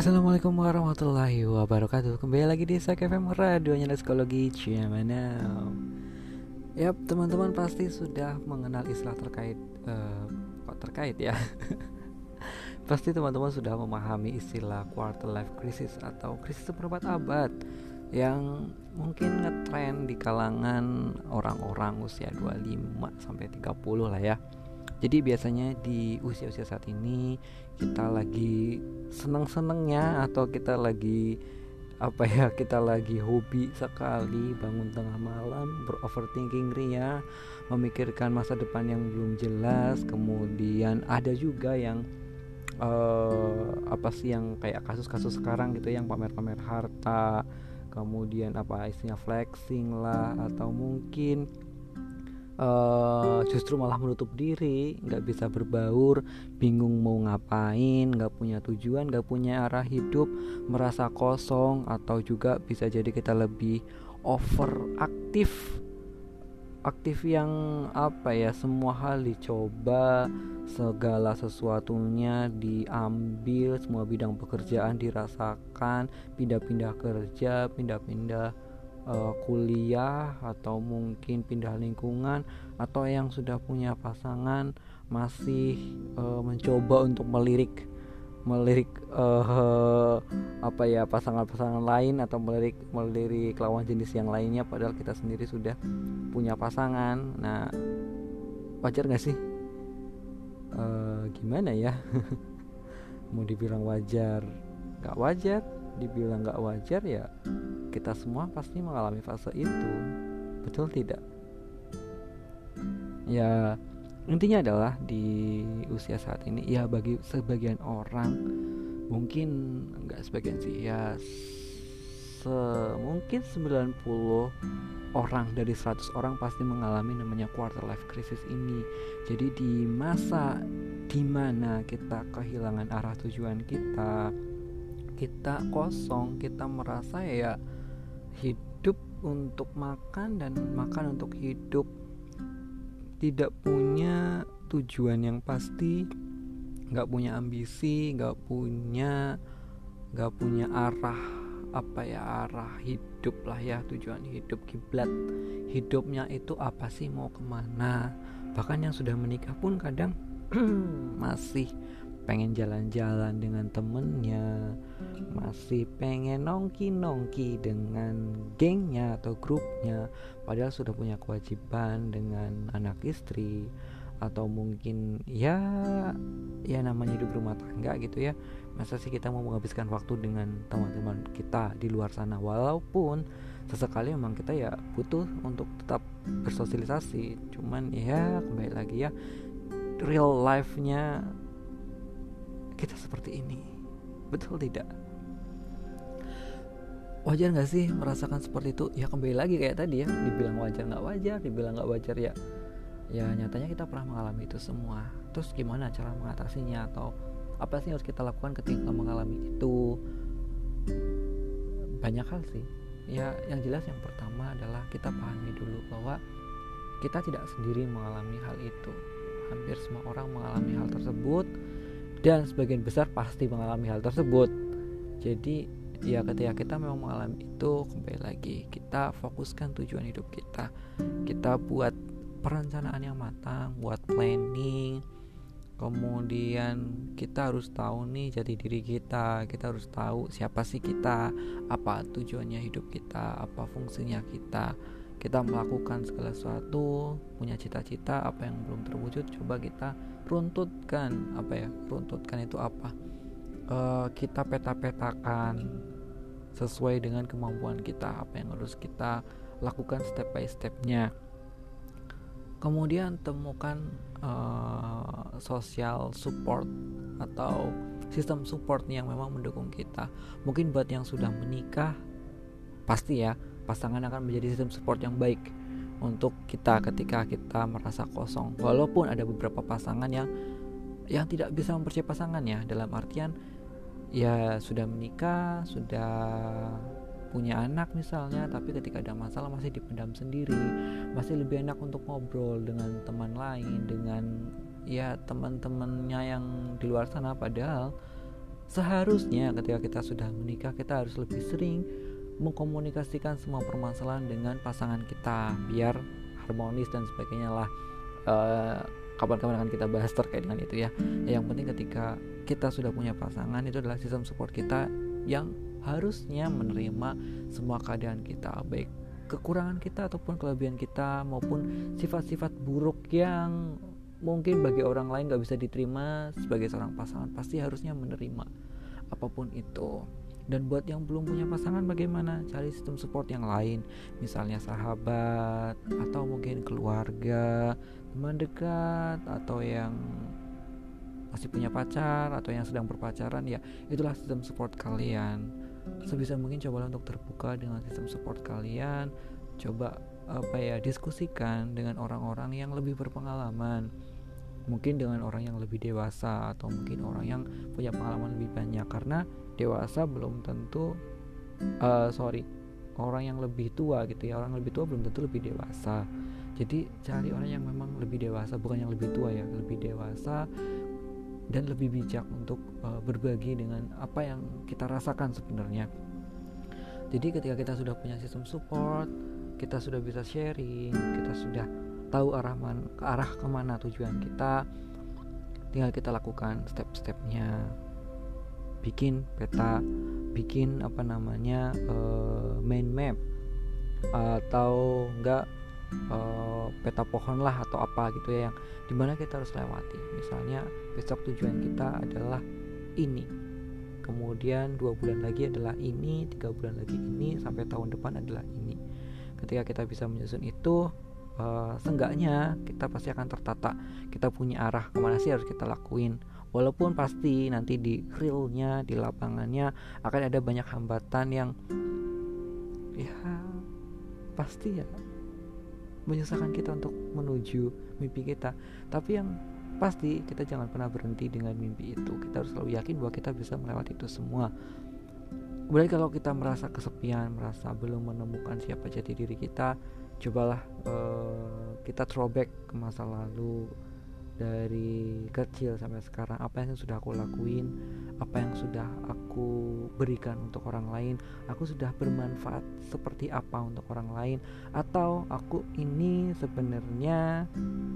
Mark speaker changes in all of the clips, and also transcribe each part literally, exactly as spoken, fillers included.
Speaker 1: Assalamualaikum warahmatullahi wabarakatuh. Kembali lagi di Sak F M, radionya psikologi Ciamanau. Yap, teman-teman pasti sudah mengenal istilah terkait uh, Kok terkait ya? Pasti teman-teman sudah memahami istilah quarter life crisis atau krisis seperempat abad, yang mungkin ngetren di kalangan orang-orang usia dua puluh lima sampai tiga puluh lah ya. Jadi biasanya di usia-usia saat ini kita lagi seneng-senengnya, atau kita lagi apa ya, kita lagi hobi sekali bangun tengah malam, beroverthinking ria, memikirkan masa depan yang belum jelas. Kemudian ada juga yang uh, apa sih yang kayak kasus-kasus sekarang gitu, yang pamer-pamer harta, kemudian apa istilahnya flexing lah, atau mungkin Uh, justru malah menutup diri, nggak bisa berbaur, bingung mau ngapain, nggak punya tujuan, nggak punya arah hidup, merasa kosong. Atau juga bisa jadi kita lebih overaktif, aktif yang apa ya, semua hal dicoba, segala sesuatunya diambil, semua bidang pekerjaan dirasakan, pindah-pindah kerja, pindah-pindah Uh, kuliah, atau mungkin pindah lingkungan, atau yang sudah punya pasangan masih uh, mencoba untuk melirik melirik uh, apa ya, pasangan-pasangan lain, atau melirik melirik lawan jenis yang lainnya, padahal kita sendiri sudah punya pasangan. Nah, wajar nggak sih? Uh, gimana ya? Mau dibilang wajar, nggak wajar, dibilang nggak wajar ya, kita semua pasti mengalami fase itu, betul tidak? Ya, intinya adalah di usia saat ini ya, bagi sebagian orang, mungkin nggak sebagian sih ya, se- mungkin sembilan puluh orang dari seratus orang pasti mengalami namanya quarter life crisis ini. Jadi di masa dimana kita kehilangan arah tujuan kita, kita kosong, kita merasa ya hidup untuk makan dan makan untuk hidup, tidak punya tujuan yang pasti, nggak punya ambisi, nggak punya nggak punya arah apa ya, arah hidup lah ya, tujuan hidup, kiblat hidupnya itu apa sih, mau kemana. Bahkan yang sudah menikah pun kadang masih pengen jalan-jalan dengan temennya, masih pengen nongki-nongki dengan gengnya atau grupnya, padahal sudah punya kewajiban dengan anak istri, atau mungkin ya ya namanya hidup rumah tangga gitu ya. Masa sih kita mau menghabiskan waktu dengan teman-teman kita di luar sana, walaupun sesekali memang kita ya butuh untuk tetap bersosialisasi, cuman ya kembali lagi ya, real life-nya kita seperti ini, betul tidak? Wajar nggak sih merasakan seperti itu? Ya kembali lagi kayak tadi ya, dibilang wajar nggak wajar, dibilang nggak wajar ya, ya nyatanya kita pernah mengalami itu semua. Terus gimana cara mengatasinya, atau apa sih yang harus kita lakukan ketika mengalami itu? Banyak hal sih. Ya yang jelas yang pertama adalah kita pahami dulu bahwa kita tidak sendiri mengalami hal itu. Hampir semua orang mengalami hal tersebut, dan sebagian besar pasti mengalami hal tersebut. Jadi ya ketika kita memang mengalami itu, kembali lagi kita fokuskan tujuan hidup kita, kita buat perencanaan yang matang, buat planning. Kemudian kita harus tahu nih jati diri kita, kita harus tahu siapa sih kita, apa tujuannya hidup kita, apa fungsinya kita. Kita melakukan segala sesuatu, punya cita-cita, apa yang belum terwujud coba kita runtutkan. Apa ya, runtutkan itu apa? Uh, kita peta-petakan sesuai dengan kemampuan kita, apa yang harus kita lakukan step by stepnya. Kemudian temukan uh, social support atau sistem support yang memang mendukung kita. Mungkin buat yang sudah menikah, pasti ya pasangan akan menjadi sistem support yang baik untuk kita ketika kita merasa kosong. Walaupun ada beberapa pasangan yang yang tidak bisa mempercayai pasangannya, dalam artian ya sudah menikah, sudah punya anak misalnya, tapi ketika ada masalah masih dipendam sendiri, masih lebih enak untuk ngobrol dengan teman lain, dengan ya teman-temannya yang di luar sana. Padahal seharusnya ketika kita sudah menikah kita harus lebih sering mengkomunikasikan semua permasalahan dengan pasangan kita biar harmonis dan sebagainya lah. uh, Kapan-kapan akan kita bahas terkait dengan itu ya. Yang penting ketika kita sudah punya pasangan, itu adalah sistem support kita yang harusnya menerima semua keadaan kita, baik kekurangan kita ataupun kelebihan kita, maupun sifat-sifat buruk yang mungkin bagi orang lain gak bisa diterima. Sebagai seorang pasangan pasti harusnya menerima apapun itu. Dan buat yang belum punya pasangan, bagaimana? Cari sistem support yang lain, misalnya sahabat, atau mungkin keluarga, teman dekat, atau yang masih punya pacar, atau yang sedang berpacaran. Ya, itulah sistem support kalian. Sebisa mungkin cobalah untuk terbuka dengan sistem support kalian. Coba apa ya diskusikan dengan orang-orang yang lebih berpengalaman, mungkin dengan orang yang lebih dewasa, atau mungkin orang yang punya pengalaman lebih banyak. Karena dewasa belum tentu uh, sorry orang yang lebih tua gitu ya, orang lebih tua belum tentu lebih dewasa. Jadi cari orang yang memang lebih dewasa, bukan yang lebih tua ya, lebih dewasa dan lebih bijak untuk uh, berbagi dengan apa yang kita rasakan sebenarnya. Jadi ketika kita sudah punya sistem support, kita sudah bisa sharing, kita sudah tahu arah man, ke arah kemana tujuan kita, tinggal kita lakukan step-stepnya. Bikin peta, bikin apa namanya uh, mind map, atau enggak uh, peta pohon lah atau apa gitu ya, yang dimana kita harus lewati. Misalnya besok tujuan kita adalah ini, kemudian dua bulan lagi adalah ini, tiga bulan lagi ini, sampai tahun depan adalah ini. Ketika kita bisa menyusun itu, uh, seenggaknya kita pasti akan tertata, kita punya arah kemana sih harus kita lakuin. Walaupun pasti nanti di realnya, di lapangannya akan ada banyak hambatan yang ya pasti ya menyusahkan kita untuk menuju mimpi kita. Tapi yang pasti kita jangan pernah berhenti dengan mimpi itu. Kita harus selalu yakin bahwa kita bisa melewati itu semua. Kemudian kalau kita merasa kesepian, merasa belum menemukan siapa jati diri kita, cobalah uh, kita throwback ke masa lalu, dari kecil sampai sekarang. Apa yang sudah aku lakuin, apa yang sudah aku berikan untuk orang lain, aku sudah bermanfaat seperti apa untuk orang lain, atau aku ini sebenarnya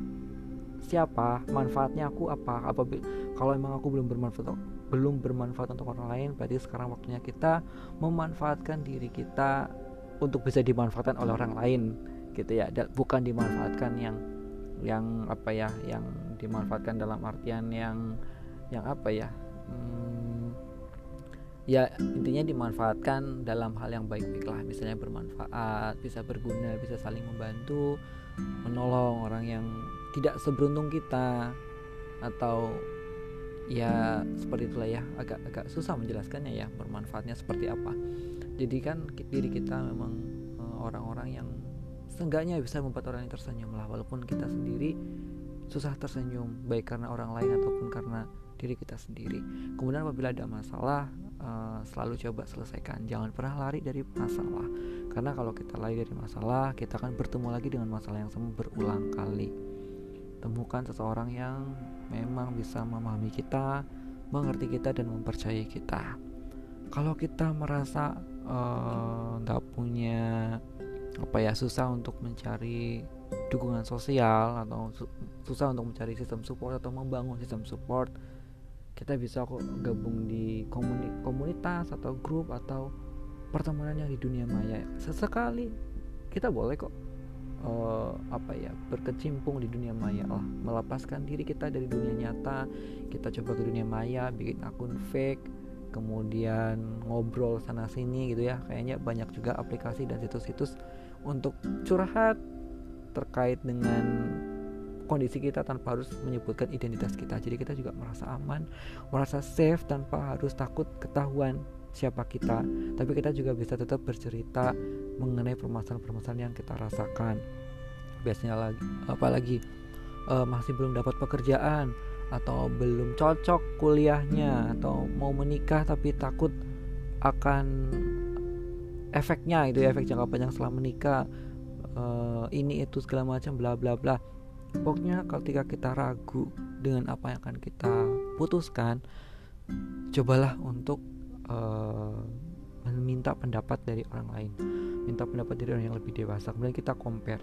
Speaker 1: siapa, manfaatnya aku apa. Apa kalau emang aku belum bermanfaat belum bermanfaat untuk orang lain, berarti sekarang waktunya kita memanfaatkan diri kita untuk bisa dimanfaatkan oleh orang lain gitu ya, bukan dimanfaatkan yang yang apa ya, yang dimanfaatkan dalam artian yang yang apa ya hmm, ya intinya dimanfaatkan dalam hal yang baik-baik lah, misalnya bermanfaat, bisa berguna, bisa saling membantu, menolong orang yang tidak seberuntung kita, atau ya seperti itulah ya, agak agak susah menjelaskannya ya bermanfaatnya seperti apa. Jadi kan diri kita memang uh, orang-orang yang seenggaknya bisa membuat orang yang tersenyum lah, walaupun kita sendiri susah tersenyum, baik karena orang lain ataupun karena diri kita sendiri. Kemudian apabila ada masalah, uh, selalu coba selesaikan, jangan pernah lari dari masalah, karena kalau kita lari dari masalah, kita akan bertemu lagi dengan masalah yang sama berulang kali. Temukan seseorang yang memang bisa memahami kita, mengerti kita, dan mempercayai kita. Kalau kita merasa nggak uh, punya apa ya, susah untuk mencari dukungan sosial, atau su- susah untuk mencari sistem support atau membangun sistem support, kita bisa kok gabung di komuni- komunitas atau grup atau pertemanan yang di dunia maya. Sesekali kita boleh kok uh, apa ya berkecimpung di dunia maya lah, melepaskan diri kita dari dunia nyata, kita coba ke dunia maya, bikin akun fake, kemudian ngobrol sana sini gitu ya. Kayaknya banyak juga aplikasi dan situs-situs untuk curhat terkait dengan kondisi kita tanpa harus menyebutkan identitas kita. Jadi kita juga merasa aman, merasa safe tanpa harus takut ketahuan siapa kita. Tapi kita juga bisa tetap bercerita mengenai permasalahan-permasalahan yang kita rasakan. Biasanya lagi apalagi uh, masih belum dapat pekerjaan, atau belum cocok kuliahnya, atau mau menikah tapi takut akan efeknya itu ya, efek jangka panjang setelah menikah, uh, ini itu segala macam bla bla bla. Pokoknya ketika kita ragu dengan apa yang akan kita putuskan, cobalah untuk uh, meminta pendapat dari orang lain, minta pendapat dari orang yang lebih dewasa, kemudian kita compare,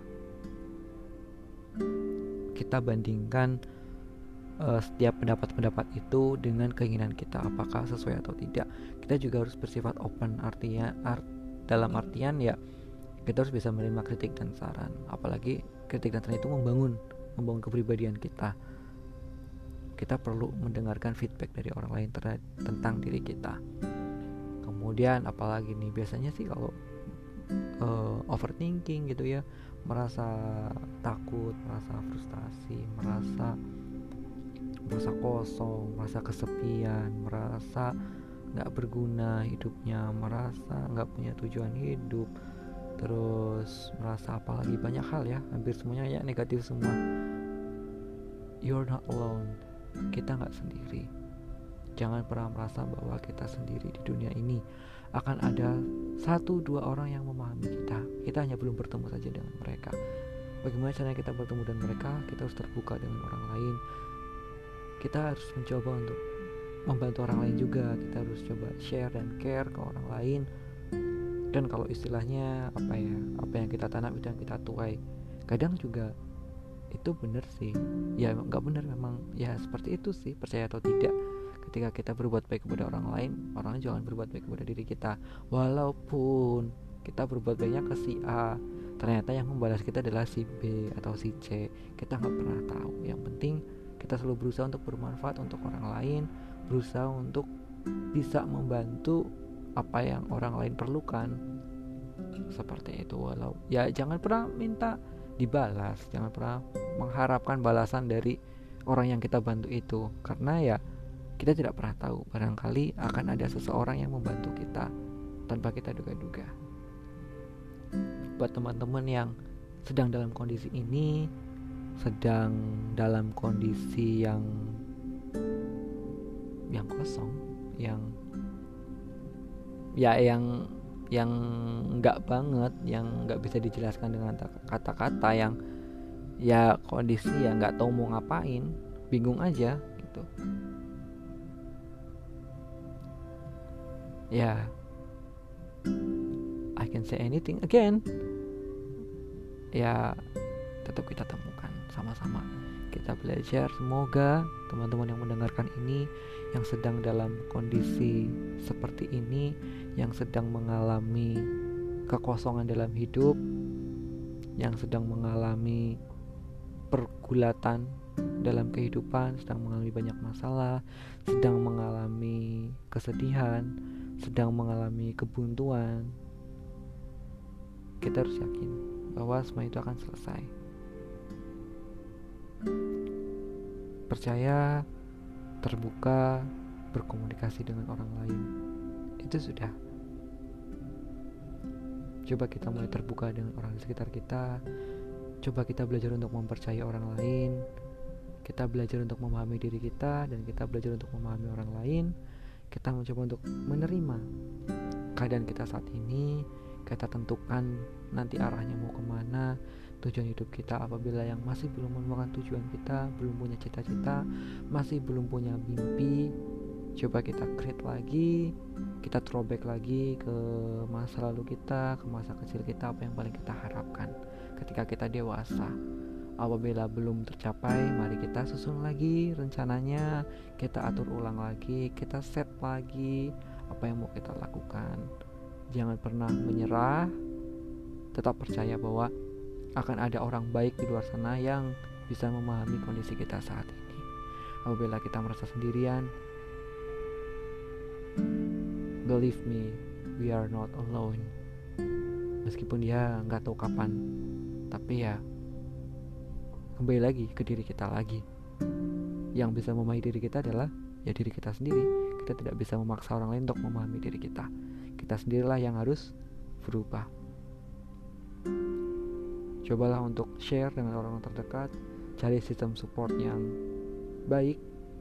Speaker 1: kita bandingkan uh, setiap pendapat-pendapat itu dengan keinginan kita, apakah sesuai atau tidak. Kita juga harus bersifat open, artinya art, dalam artian ya kita harus bisa menerima kritik dan saran, apalagi kritik dan saran itu membangun membangun kepribadian kita. Kita perlu mendengarkan feedback dari orang lain ter- tentang diri kita. Kemudian apalagi nih, biasanya sih kalau uh, overthinking gitu ya, merasa takut, merasa frustasi, merasa merasa kosong, merasa kesepian, merasa nggak berguna hidupnya, merasa nggak punya tujuan hidup, terus merasa apalagi banyak hal ya, hampir semuanya ya negatif semua. You're not alone, kita nggak sendiri. Jangan pernah merasa bahwa kita sendiri di dunia ini. Akan ada satu dua orang yang memahami kita. Kita hanya belum bertemu saja dengan mereka. Bagaimana caranya kita bertemu dengan mereka? Kita harus terbuka dengan orang lain. Kita harus mencoba untuk membantu orang lain juga. Kita harus coba share dan care ke orang lain. Dan kalau istilahnya apa ya, apa yang kita tanam itu yang kita tuai. Kadang juga itu benar sih, ya nggak benar memang, ya seperti itu sih, percaya atau tidak. Ketika kita berbuat baik kepada orang lain, orang lain jangan berbuat baik kepada diri kita. Walaupun kita berbuat baiknya ke si A, ternyata yang membalas kita adalah si B atau si C, kita nggak pernah tahu. Yang penting kita selalu berusaha untuk bermanfaat untuk orang lain, berusaha untuk bisa membantu apa yang orang lain perlukan, seperti itu. Walau ya jangan pernah minta dibalas, jangan pernah mengharapkan balasan dari orang yang kita bantu itu, karena ya kita tidak pernah tahu, barangkali akan ada seseorang yang membantu kita tanpa kita duga-duga. Buat teman-teman yang sedang dalam kondisi ini, sedang dalam kondisi yang yang kosong, yang ya yang yang nggak banget, yang nggak bisa dijelaskan dengan kata-kata, yang ya kondisi yang nggak tahu mau ngapain, bingung aja gitu. Ya, I can say anything again. Ya, tetap kita temukan sama-sama. Kita belajar. Semoga teman-teman yang mendengarkan ini, yang sedang dalam kondisi seperti ini, yang sedang mengalami kekosongan dalam hidup, yang sedang mengalami pergulatan dalam kehidupan, sedang mengalami banyak masalah, sedang mengalami kesedihan, sedang mengalami kebuntuan, kita harus yakin bahwa semua itu akan selesai. Percaya, terbuka, berkomunikasi dengan orang lain, itu sudah. Coba kita mulai terbuka dengan orang di sekitar kita. Coba kita belajar untuk mempercayai orang lain. Kita belajar untuk memahami diri kita, dan kita belajar untuk memahami orang lain. Kita mencoba untuk menerima keadaan kita saat ini. Kita tentukan nanti arahnya mau kemana, tujuan hidup kita. Apabila yang masih belum menemukan tujuan kita, belum punya cita-cita, masih belum punya mimpi, coba kita create lagi, kita throwback lagi ke masa lalu kita, ke masa kecil kita, apa yang paling kita harapkan ketika kita dewasa. Apabila belum tercapai, mari kita susun lagi rencananya, kita atur ulang lagi, kita set lagi apa yang mau kita lakukan. Jangan pernah menyerah, tetap percaya bahwa akan ada orang baik di luar sana yang bisa memahami kondisi kita saat ini. Apabila kita merasa sendirian, believe me, we are not alone. Meskipun dia nggak tahu kapan, tapi ya kembali lagi ke diri kita lagi. Yang bisa memahami diri kita adalah ya diri kita sendiri. Kita tidak bisa memaksa orang lain untuk memahami diri kita. Kita sendirilah yang harus berubah. Cobalah untuk share dengan orang-orang terdekat, cari sistem support yang baik.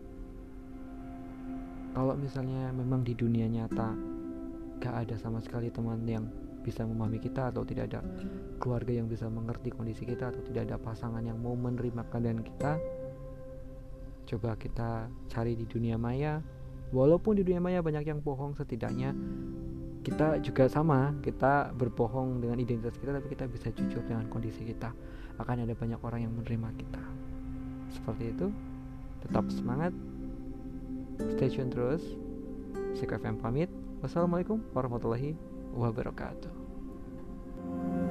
Speaker 1: Kalau misalnya memang di dunia nyata gak ada sama sekali teman yang bisa memahami kita, atau tidak ada keluarga yang bisa mengerti kondisi kita, atau tidak ada pasangan yang mau menerima keadaan kita, coba kita cari di dunia maya, Walaupun di dunia maya banyak yang bohong, setidaknya kita juga sama, kita berbohong dengan identitas kita, tapi kita bisa jujur dengan kondisi kita. Akan ada banyak orang yang menerima kita. Seperti itu. Tetap semangat, stay tune terus. Sik F M pamit. Wassalamualaikum warahmatullahi wabarakatuh.